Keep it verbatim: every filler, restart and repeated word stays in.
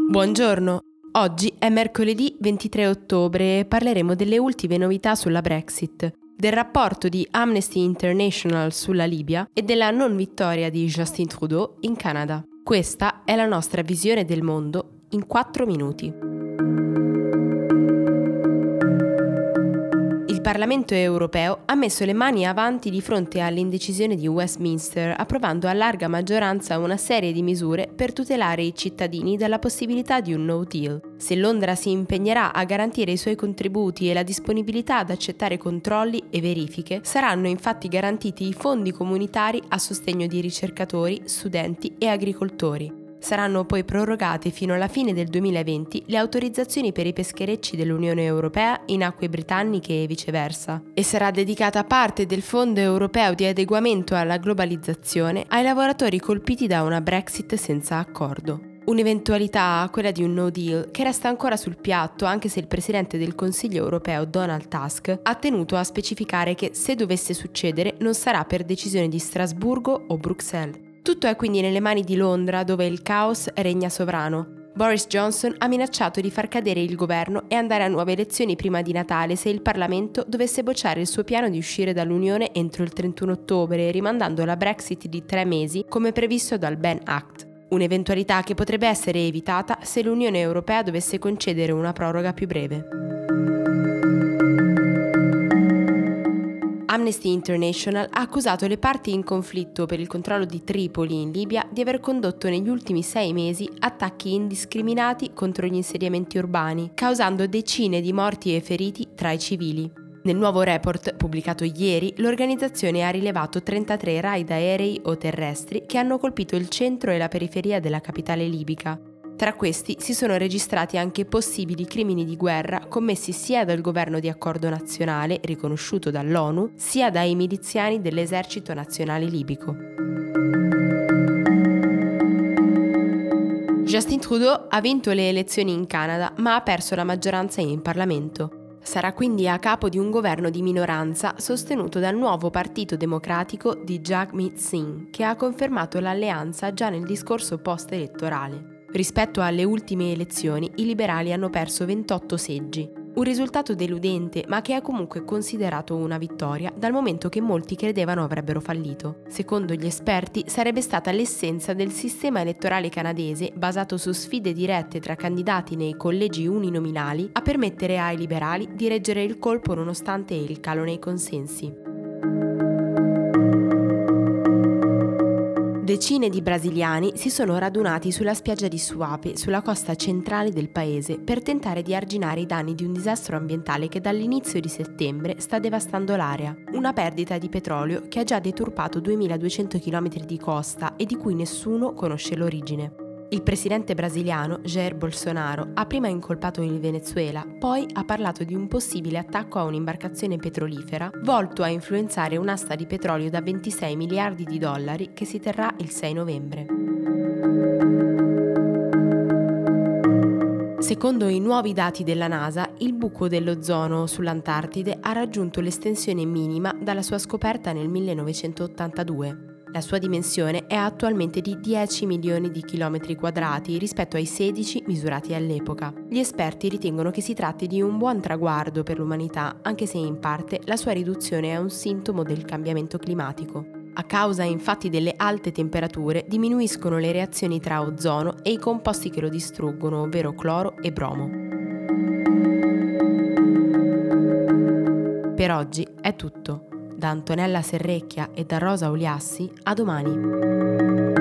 Buongiorno, oggi è mercoledì ventitré ottobre e parleremo delle ultime novità sulla Brexit, del rapporto di Amnesty International sulla Libia e della non vittoria di Justin Trudeau in Canada. Questa è la nostra visione del mondo in quattro minuti. Il Parlamento europeo ha messo le mani avanti di fronte all'indecisione di Westminster, approvando a larga maggioranza una serie di misure per tutelare i cittadini dalla possibilità di un no deal. Se Londra si impegnerà a garantire i suoi contributi e la disponibilità ad accettare controlli e verifiche, saranno infatti garantiti i fondi comunitari a sostegno di ricercatori, studenti e agricoltori. Saranno poi prorogate fino alla fine del duemilaventi le autorizzazioni per i pescherecci dell'Unione Europea in acque britanniche e viceversa, e sarà dedicata parte del Fondo Europeo di adeguamento alla globalizzazione ai lavoratori colpiti da una Brexit senza accordo. Un'eventualità, quella di un no deal, che resta ancora sul piatto anche se il Presidente del Consiglio europeo Donald Tusk ha tenuto a specificare che se dovesse succedere non sarà per decisione di Strasburgo o Bruxelles. Tutto è quindi nelle mani di Londra, dove il caos regna sovrano. Boris Johnson ha minacciato di far cadere il governo e andare a nuove elezioni prima di Natale se il Parlamento dovesse bocciare il suo piano di uscire dall'Unione entro il trentuno ottobre, rimandando la Brexit di tre mesi come previsto dal Ben Act. Un'eventualità che potrebbe essere evitata se l'Unione Europea dovesse concedere una proroga più breve. Amnesty International ha accusato le parti in conflitto per il controllo di Tripoli in Libia di aver condotto negli ultimi sei mesi attacchi indiscriminati contro gli insediamenti urbani, causando decine di morti e feriti tra i civili. Nel nuovo report pubblicato ieri, l'organizzazione ha rilevato trentatré raid aerei o terrestri che hanno colpito il centro e la periferia della capitale libica. Tra questi si sono registrati anche possibili crimini di guerra commessi sia dal governo di accordo nazionale, riconosciuto dall'ONU, sia dai miliziani dell'esercito nazionale libico. Justin Trudeau ha vinto le elezioni in Canada, ma ha perso la maggioranza in Parlamento. Sarà quindi a capo di un governo di minoranza sostenuto dal nuovo Partito Democratico di Jagmeet Singh, che ha confermato l'alleanza già nel discorso post-elettorale. Rispetto alle ultime elezioni, i liberali hanno perso ventotto seggi. Un risultato deludente, ma che è comunque considerato una vittoria, dal momento che molti credevano avrebbero fallito. Secondo gli esperti, sarebbe stata l'essenza del sistema elettorale canadese, basato su sfide dirette tra candidati nei collegi uninominali, a permettere ai liberali di reggere il colpo nonostante il calo nei consensi. Decine di brasiliani si sono radunati sulla spiaggia di Suape, sulla costa centrale del paese, per tentare di arginare i danni di un disastro ambientale che dall'inizio di settembre sta devastando l'area. Una perdita di petrolio che ha già deturpato duemiladuecento chilometri di costa e di cui nessuno conosce l'origine. Il presidente brasiliano, Jair Bolsonaro, ha prima incolpato il Venezuela, poi ha parlato di un possibile attacco a un'imbarcazione petrolifera volto a influenzare un'asta di petrolio da ventisei miliardi di dollari che si terrà il sei novembre. Secondo i nuovi dati della NASA, il buco dell'ozono sull'Antartide ha raggiunto l'estensione minima dalla sua scoperta nel millenovecentottantadue. La sua dimensione è attualmente di dieci milioni di chilometri quadrati rispetto ai sedici misurati all'epoca. Gli esperti ritengono che si tratti di un buon traguardo per l'umanità, anche se in parte la sua riduzione è un sintomo del cambiamento climatico. A causa infatti delle alte temperature diminuiscono le reazioni tra ozono e i composti che lo distruggono, ovvero cloro e bromo. Per oggi è tutto. Da Antonella Serrecchia e da Rosa Uliassi, a domani.